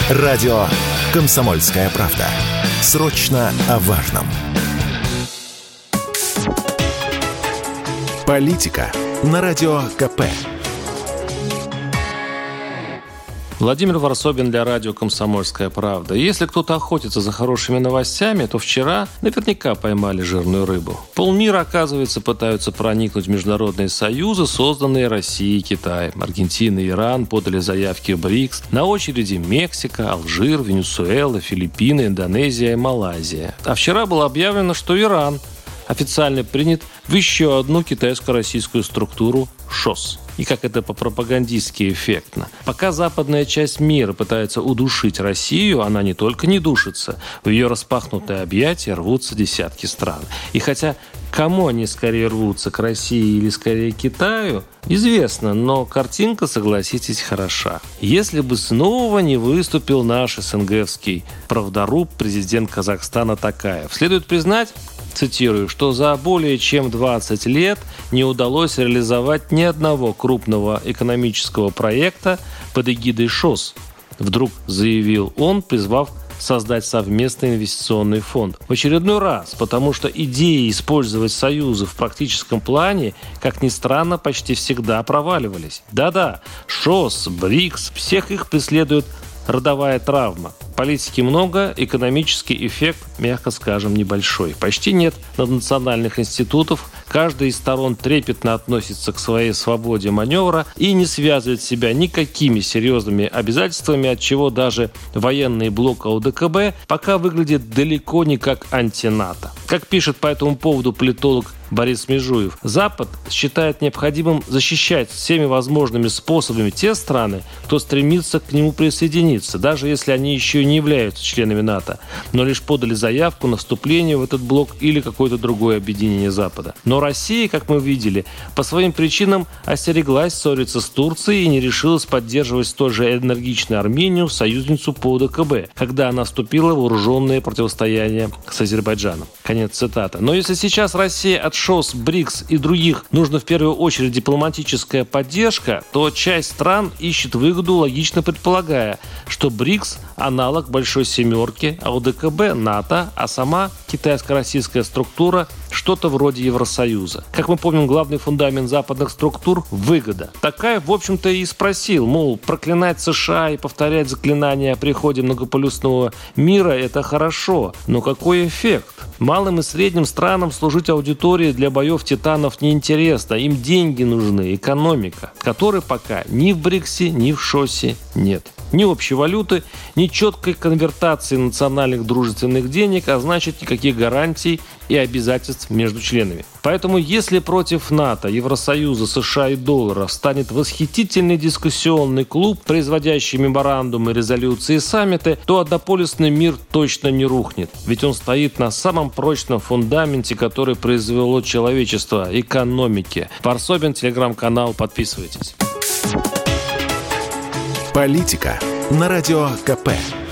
Радио «Комсомольская правда». Срочно о важном. Политика на Радио КП. Владимир Варсобин для радио «Комсомольская правда». Если кто-то охотится за хорошими новостями, то вчера наверняка поймали жирную рыбу. Полмира, оказывается, пытаются проникнуть в международные союзы, созданные Россией и Китаем. Аргентина и Иран подали заявки в БРИКС. На очереди Мексика, Алжир, Венесуэла, Филиппины, Индонезия и Малайзия. А вчера было объявлено, что Иран официально принят в еще одну китайско-российскую структуру ШОС. И как это по-пропагандистски эффектно. Пока западная часть мира пытается удушить Россию, она не только не душится, в ее распахнутые объятия рвутся десятки стран. И хотя кому они скорее рвутся, к России или скорее к Китаю, известно, но картинка, согласитесь, хороша. Если бы снова не выступил наш СНГовский правдоруб, президент Казахстана Токаев. Следует признать, цитирую, что за более чем 20 лет не удалось реализовать ни одного крупного экономического проекта под эгидой ШОС, вдруг заявил он, призвав создать совместный инвестиционный фонд. В очередной раз, потому что идеи использовать союзы в практическом плане, как ни странно, почти всегда проваливались. Да-да, ШОС, БРИКС, всех их преследует родовая травма. Политики много, экономический эффект, мягко скажем, небольшой. Почти нет наднациональных институтов, каждая из сторон трепетно относится к своей свободе маневра и не связывает себя никакими серьезными обязательствами, отчего даже военный блок ОДКБ пока выглядит далеко не как антинато. Как пишет по этому поводу политолог Борис Межуев, Запад считает необходимым защищать всеми возможными способами те страны, кто стремится к нему присоединиться, даже если они еще не являются членами НАТО, но лишь подали заявку на вступление в этот блок или какое-то другое объединение Запада. Но Россия, как мы видели, по своим причинам остереглась ссориться с Турцией и не решилась поддерживать столь же энергично Армению, союзницу по ОДКБ, когда она вступила в вооруженное противостояние с Азербайджаном. Конец цитаты. Но если сейчас Россия от ШОС, БРИКС и других нужна в первую очередь дипломатическая поддержка, то часть стран ищет выгоду, логично предполагая, что БРИКС – аналог Большой Семерки, а ОДКБ – НАТО, а сама китайско-российская структура – что-то вроде Евросоюза. Как мы помним, главный фундамент западных структур – выгода. Токаев, в общем-то, и спросил, мол, проклинать США и повторять заклинания о приходе многополюсного мира – это хорошо, но какой эффект? Малым и средним странам служить аудиторией для боев титанов неинтересно. Им деньги нужны, экономика, которой пока ни в БРИКСе, ни в ШОСе нет. Ни общей валюты, ни четкой конвертации национальных дружественных денег, а значит никаких гарантий и обязательств между членами. Поэтому если против НАТО, Евросоюза, США и доллара станет восхитительный дискуссионный клуб, производящий меморандумы, резолюции и саммиты, то однополюсный мир точно не рухнет. Ведь он стоит на самом прочном фундаменте, который произвело человечество – экономике. Варсобин, телеграм-канал, подписывайтесь. Политика на Радио КП.